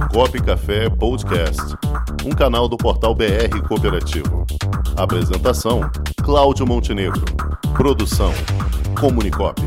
Comunicop Café Podcast, um canal do portal BR Cooperativo. Apresentação: Cláudio Montenegro. Produção: Comunicop.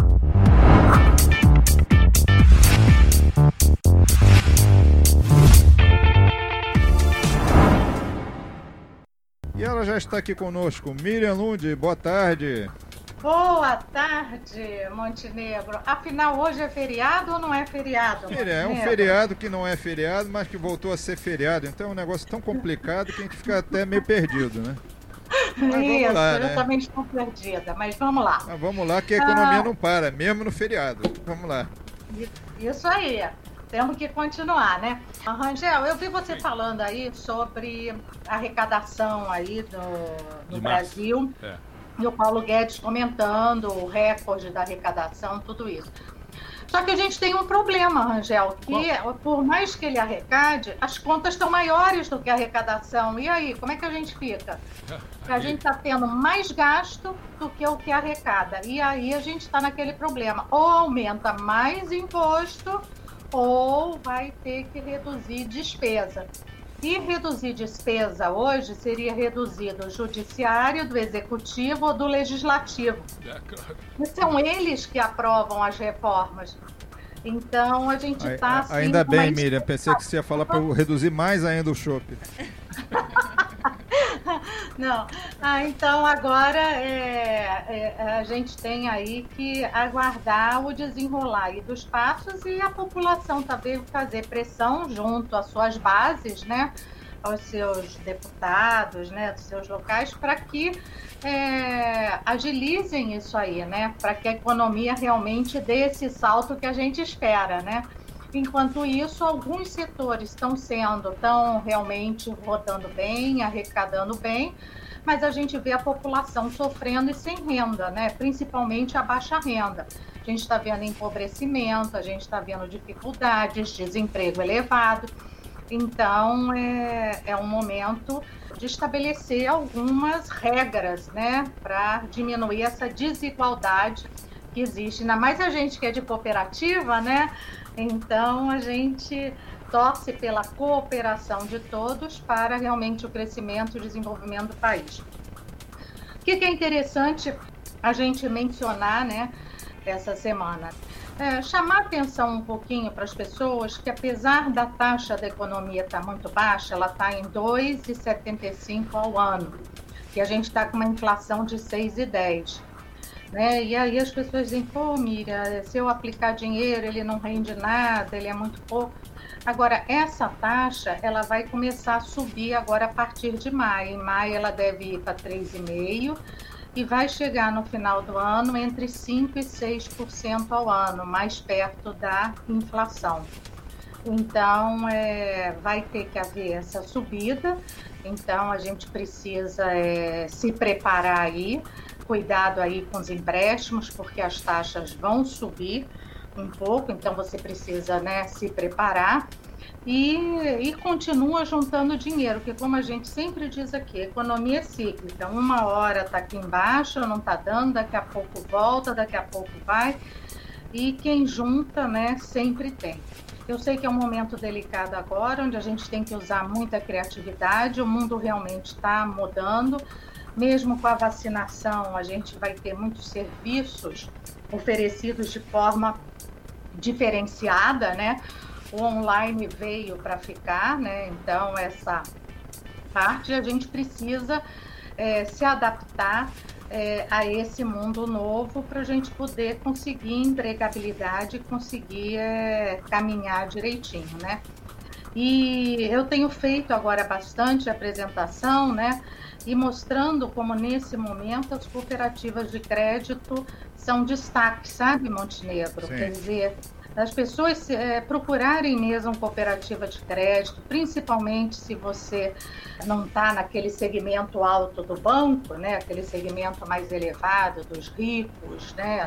E ela já está aqui conosco, Miriam Lund, boa tarde. Boa tarde, Montenegro. Afinal, hoje é feriado ou não é feriado? Miriam, é um feriado que não é feriado, mas que voltou a ser feriado. Então é um negócio tão complicado que a gente fica até meio perdido, né? Mas vamos lá, eu né? Também estou perdida, mas vamos lá. Mas vamos lá que a economia não para, mesmo no feriado. Vamos lá. Isso aí. Temos que continuar, né? Rangel, eu vi você falando aí sobre a arrecadação aí no Brasil. E o Paulo Guedes comentando o recorde da arrecadação, tudo isso. Só que a gente tem um problema, Rangel, que por mais que ele arrecade, as contas estão maiores do que a arrecadação. E aí, como é que a gente fica? A gente está tendo mais gasto do que o que arrecada. E aí a gente está naquele problema. Ou aumenta mais imposto, ou vai ter que reduzir despesa. E reduzir despesa hoje seria reduzir do judiciário, do executivo ou do legislativo. E são eles que aprovam as reformas. Então a gente está assim... Ainda bem, Miriam, pensei que você ia falar para reduzir mais ainda o chope. Não, então agora a gente tem aí que aguardar o desenrolar aí dos passos e a população também fazer pressão junto às suas bases, né, aos seus deputados, né, dos seus locais, para que agilizem isso aí, né, para que a economia realmente dê esse salto que a gente espera, né. Enquanto isso, alguns setores estão realmente rodando bem, arrecadando bem, mas a gente vê a população sofrendo e sem renda, né? Principalmente a baixa renda. A gente está vendo empobrecimento, a gente está vendo dificuldades, desemprego elevado. Então, é um momento de estabelecer algumas regras, né? Para diminuir essa desigualdade que existe. Ainda mais a gente que é de cooperativa, né? Então, a gente torce pela cooperação de todos para realmente o crescimento e o desenvolvimento do país. O que é interessante a gente mencionar, né, essa semana? Chamar atenção um pouquinho para as pessoas que, apesar da taxa da economia estar muito baixa, ela está em 2,75 ao ano, e a gente está com uma inflação de 6,10. Né? E aí as pessoas dizem, pô, Miriam, se eu aplicar dinheiro, ele não rende nada, ele é muito pouco. Agora, essa taxa, ela vai começar a subir agora a partir de maio. Em maio ela deve ir para 3,5% e vai chegar no final do ano entre 5% e 6% ao ano, mais perto da inflação. Então, vai ter que haver essa subida, então a gente precisa se preparar aí, cuidado aí com os empréstimos, porque as taxas vão subir um pouco, então você precisa, né, se preparar e continua juntando dinheiro, porque como a gente sempre diz aqui, a economia é cíclica, uma hora está aqui embaixo, não está dando, daqui a pouco volta, daqui a pouco vai, e quem junta, né, sempre tem. Eu sei que é um momento delicado agora, onde a gente tem que usar muita criatividade, o mundo realmente está mudando. Mesmo com a vacinação, a gente vai ter muitos serviços oferecidos de forma diferenciada, né? O online veio para ficar, né? Então, essa parte a gente precisa se adaptar a esse mundo novo para a gente poder conseguir empregabilidade e conseguir caminhar direitinho, né? E eu tenho feito agora bastante apresentação, né? E mostrando como nesse momento as cooperativas de crédito são destaque, sabe, Montenegro? Sim. Quer dizer, as pessoas procurarem mesmo cooperativa de crédito, principalmente se você não está naquele segmento alto do banco, né? Aquele segmento mais elevado dos ricos, né?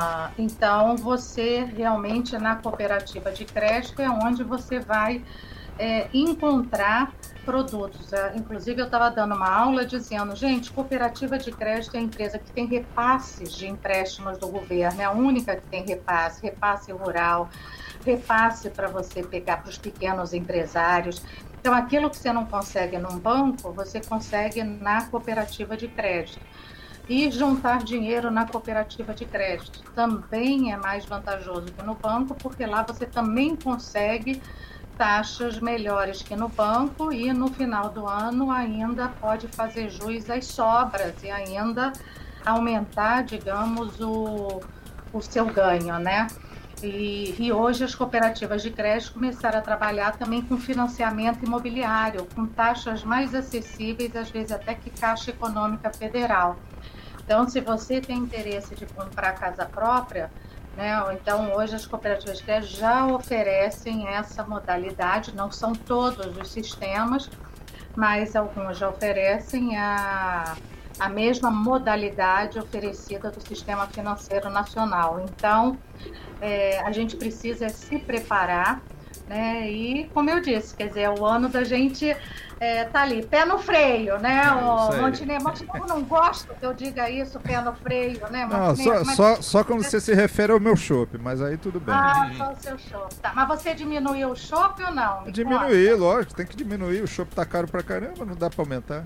Então, você realmente na cooperativa de crédito é onde você vai encontrar produtos. Inclusive, eu estava dando uma aula dizendo, gente, cooperativa de crédito é a empresa que tem repasses de empréstimos do governo, é a única que tem repasse rural, repasse para você pegar para os pequenos empresários. Então, aquilo que você não consegue num banco, você consegue na cooperativa de crédito. E juntar dinheiro na cooperativa de crédito também é mais vantajoso que no banco, porque lá você também consegue taxas melhores que no banco e no final do ano ainda pode fazer jus às sobras e ainda aumentar, digamos, o seu ganho, né? E hoje as cooperativas de crédito começaram a trabalhar também com financiamento imobiliário, com taxas mais acessíveis, às vezes até que Caixa Econômica Federal. Então, se você tem interesse de comprar casa própria, né, então hoje as cooperativas de crédito já oferecem essa modalidade, não são todos os sistemas, mas alguns já oferecem a mesma modalidade oferecida do Sistema Financeiro Nacional. Então, a gente precisa se preparar, né? E, como eu disse, quer dizer, o ano da gente tá ali, pé no freio, né? O Montenegro não gosta que eu diga isso, pé no freio, né? Não, só quando você se refere ao meu chopp, mas aí tudo bem. Só o seu chopp. Tá. Mas você diminuiu o chopp ou não? Diminuir, lógico, tem que diminuir. O chopp tá caro pra caramba, não dá pra aumentar.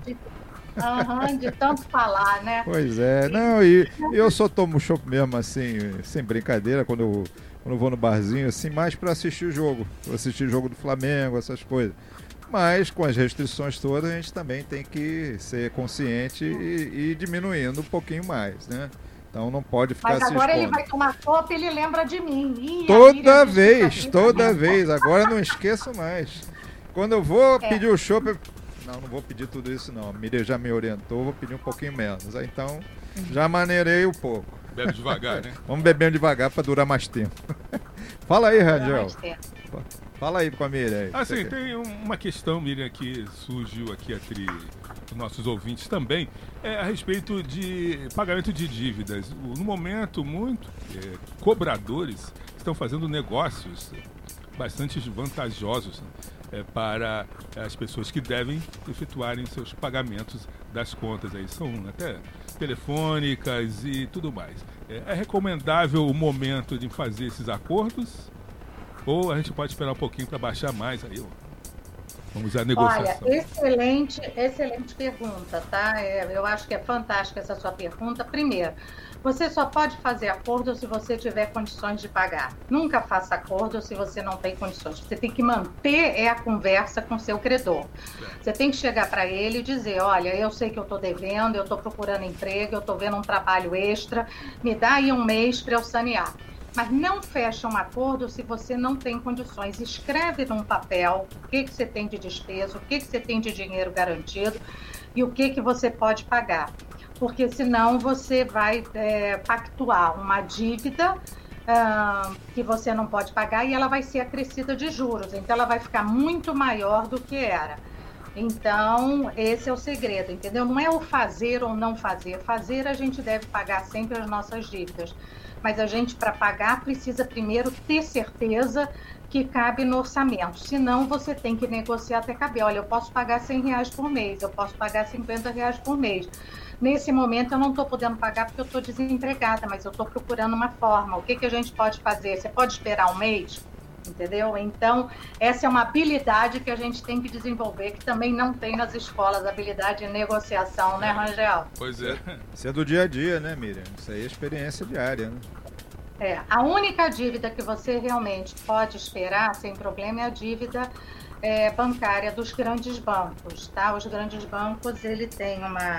De tanto falar, né? Pois é, não, e eu só tomo chopp mesmo, assim, sem brincadeira, quando eu vou no barzinho, assim, mais pra assistir o jogo. Assistir o jogo do Flamengo, essas coisas. Mas com as restrições todas, a gente também tem que ser consciente e ir diminuindo um pouquinho mais, né? Então não pode ficar se expondo. Mas agora ele vai tomar chopp e ele lembra de mim. Toda vez. Agora não esqueço mais. Quando eu vou pedir o chopp, não vou pedir tudo isso não. A Miriam já me orientou, vou pedir um pouquinho menos. Então já maneirei um pouco. Bebe devagar, né? Vamos bebendo devagar para durar mais tempo. Fala aí, Rangel. Fala aí com a Miriam. Assim, tem uma questão, Miriam, que surgiu aqui entre nossos ouvintes também, a respeito de pagamento de dívidas. No momento, cobradores estão fazendo negócios bastante vantajosos para as pessoas que devem efetuarem seus pagamentos das contas. Aí são até telefônicas e tudo mais. É recomendável o momento de fazer esses acordos? Ou a gente pode esperar um pouquinho para baixar mais aí? Vamos à negociação. Olha, excelente pergunta, tá? Eu acho que é fantástica essa sua pergunta. Primeiro, você só pode fazer acordo se você tiver condições de pagar. Nunca faça acordo se você não tem condições. Você tem que manter a conversa com seu credor. Você tem que chegar para ele e dizer, olha, eu sei que eu estou devendo, eu estou procurando emprego, eu estou vendo um trabalho extra, me dá aí um mês para eu sanear. Mas não fecha um acordo se você não tem condições. Escreve num papel o que você tem de despesa, o que você tem de dinheiro garantido e o que você pode pagar. Porque senão você vai pactuar uma dívida que você não pode pagar e ela vai ser acrescida de juros. Então ela vai ficar muito maior do que era. Então, esse é o segredo, entendeu? Não é o fazer ou não fazer. Fazer, a gente deve pagar sempre as nossas dívidas. Mas a gente, para pagar, precisa primeiro ter certeza que cabe no orçamento. Senão, você tem que negociar até caber. Olha, eu posso pagar R$100 por mês, eu posso pagar R$50 por mês. Nesse momento, eu não estou podendo pagar porque eu estou desempregada, mas eu estou procurando uma forma. O que a gente pode fazer? Você pode esperar um mês? Entendeu? Então, essa é uma habilidade que a gente tem que desenvolver, que também não tem nas escolas, habilidade de negociação, né, Rangel? Pois é. Isso é do dia a dia, né, Miriam? Isso aí é experiência diária, né? A única dívida que você realmente pode esperar, sem problema, é a dívida bancária dos grandes bancos, tá? Os grandes bancos, ele tem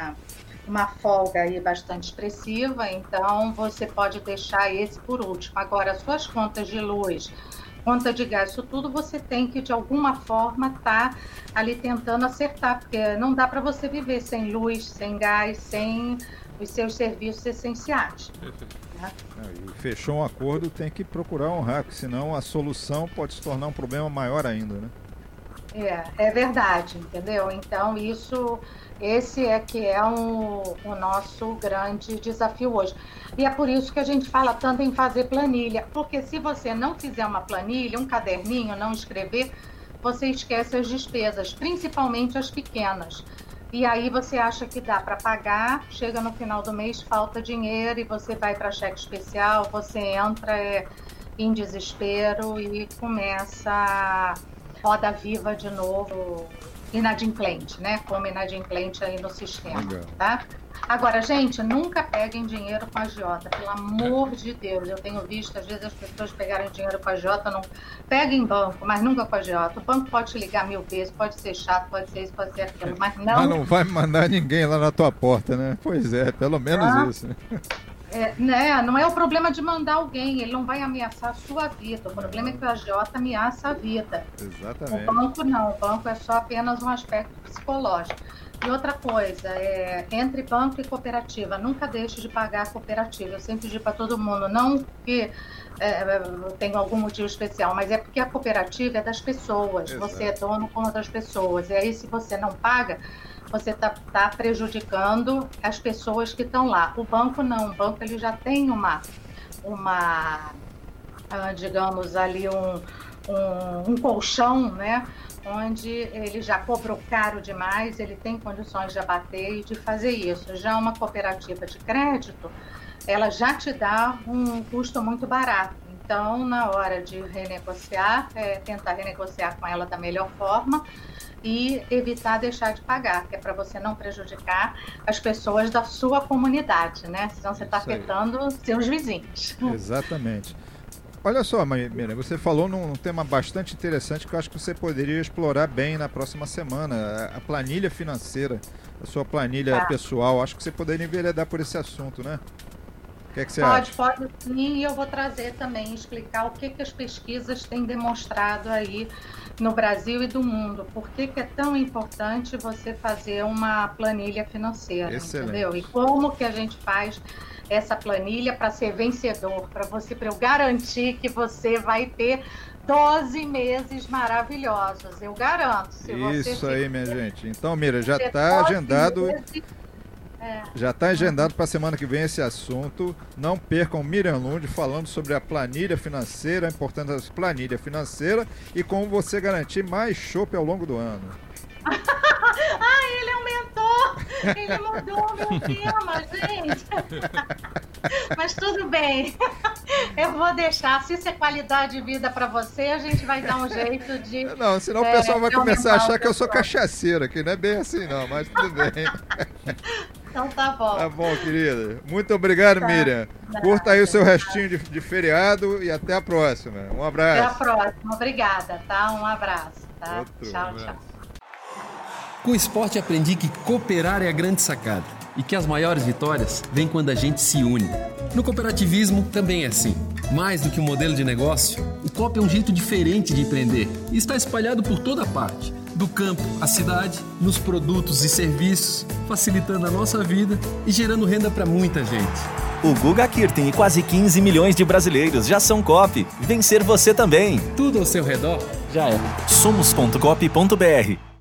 uma folga aí bastante expressiva, então você pode deixar esse por último. Agora, as suas contas de luz, conta de gás, isso tudo você tem que, de alguma forma, estar ali tentando acertar, porque não dá para você viver sem luz, sem gás, sem os seus serviços essenciais. Né? E fechou um acordo, tem que procurar honrar, porque senão a solução pode se tornar um problema maior ainda, né? É verdade, entendeu? Então, esse é que é o nosso grande desafio hoje. E é por isso que a gente fala tanto em fazer planilha, porque se você não fizer uma planilha, um caderninho, não escrever, você esquece as despesas, principalmente as pequenas. E aí você acha que dá para pagar, chega no final do mês, falta dinheiro e você vai para cheque especial, você entra em desespero e começa a roda viva de novo, inadimplente, né? Como inadimplente aí no sistema, tá? Agora, gente, nunca peguem dinheiro com a agiota, pelo amor de Deus. Eu tenho visto, às vezes, as pessoas pegarem dinheiro com a agiota, não peguem banco, mas nunca com a agiota. O banco pode te ligar 1000 vezes, pode ser chato, pode ser isso, pode ser aquilo, mas não... Mas não vai mandar ninguém lá na tua porta, né? Pois é, pelo menos isso. Não é o problema de mandar alguém, ele não vai ameaçar a sua vida. O problema é que o agiota ameaça a vida. Exatamente. O banco não, o banco é só apenas um aspecto psicológico. E outra coisa, entre banco e cooperativa, nunca deixe de pagar a cooperativa. Eu sempre digo para todo mundo, não que tenha algum motivo especial, mas é porque a cooperativa é das pessoas. Exato. Você é dono como das pessoas. E aí, se você não paga, você está prejudicando as pessoas que estão lá. O banco não, o banco ele já tem digamos ali, um colchão, né? Onde ele já cobrou caro demais, ele tem condições de abater e de fazer isso. Já uma cooperativa de crédito, ela já te dá um custo muito barato. Então, na hora de renegociar, tentar renegociar com ela da melhor forma e evitar deixar de pagar, que é para você não prejudicar as pessoas da sua comunidade, né? Senão você está afetando seus vizinhos. Exatamente. Olha só, Miriam, você falou num tema bastante interessante que eu acho que você poderia explorar bem na próxima semana, a planilha financeira, a sua planilha pessoal. Acho que você poderia enveredar por esse assunto, né? O que é que você acha? Pode sim, e eu vou trazer também, explicar o que as pesquisas têm demonstrado aí no Brasil e do mundo. Por que é tão importante você fazer uma planilha financeira, entendeu? E como que a gente faz essa planilha para ser vencedor, para eu garantir que você vai ter 12 meses maravilhosos, eu garanto. Isso aí, minha gente. Então, Miriam, já está agendado. Já está agendado para a semana que vem esse assunto. Não percam Miriam Lund falando sobre a planilha financeira, a importância da planilha financeira e como você garantir mais chopp ao longo do ano. Ele aumentou! Ele mudou o meu tema, gente! Mas tudo bem. Eu vou deixar. Se isso é qualidade de vida para você, a gente vai dar um jeito de... Não, senão o pessoal vai começar a achar que eu sou cachaceira, que não é bem assim não, mas tudo bem. Então tá bom. Tá bom, querida. Muito obrigado, Miriam. Curta aí o seu restinho de feriado e até a próxima. Um abraço. Até a próxima. Obrigada, tá? Um abraço, tá? Tchau, tchau. Com o esporte aprendi que cooperar é a grande sacada e que as maiores vitórias vêm quando a gente se une. No cooperativismo também é assim. Mais do que um modelo de negócio, o COP é um jeito diferente de empreender e está espalhado por toda parte, do campo à cidade, nos produtos e serviços, facilitando a nossa vida e gerando renda para muita gente. O Guga Kirten e quase 15 milhões de brasileiros já são COP. Vencer você também. Tudo ao seu redor já é. Somos.coop.br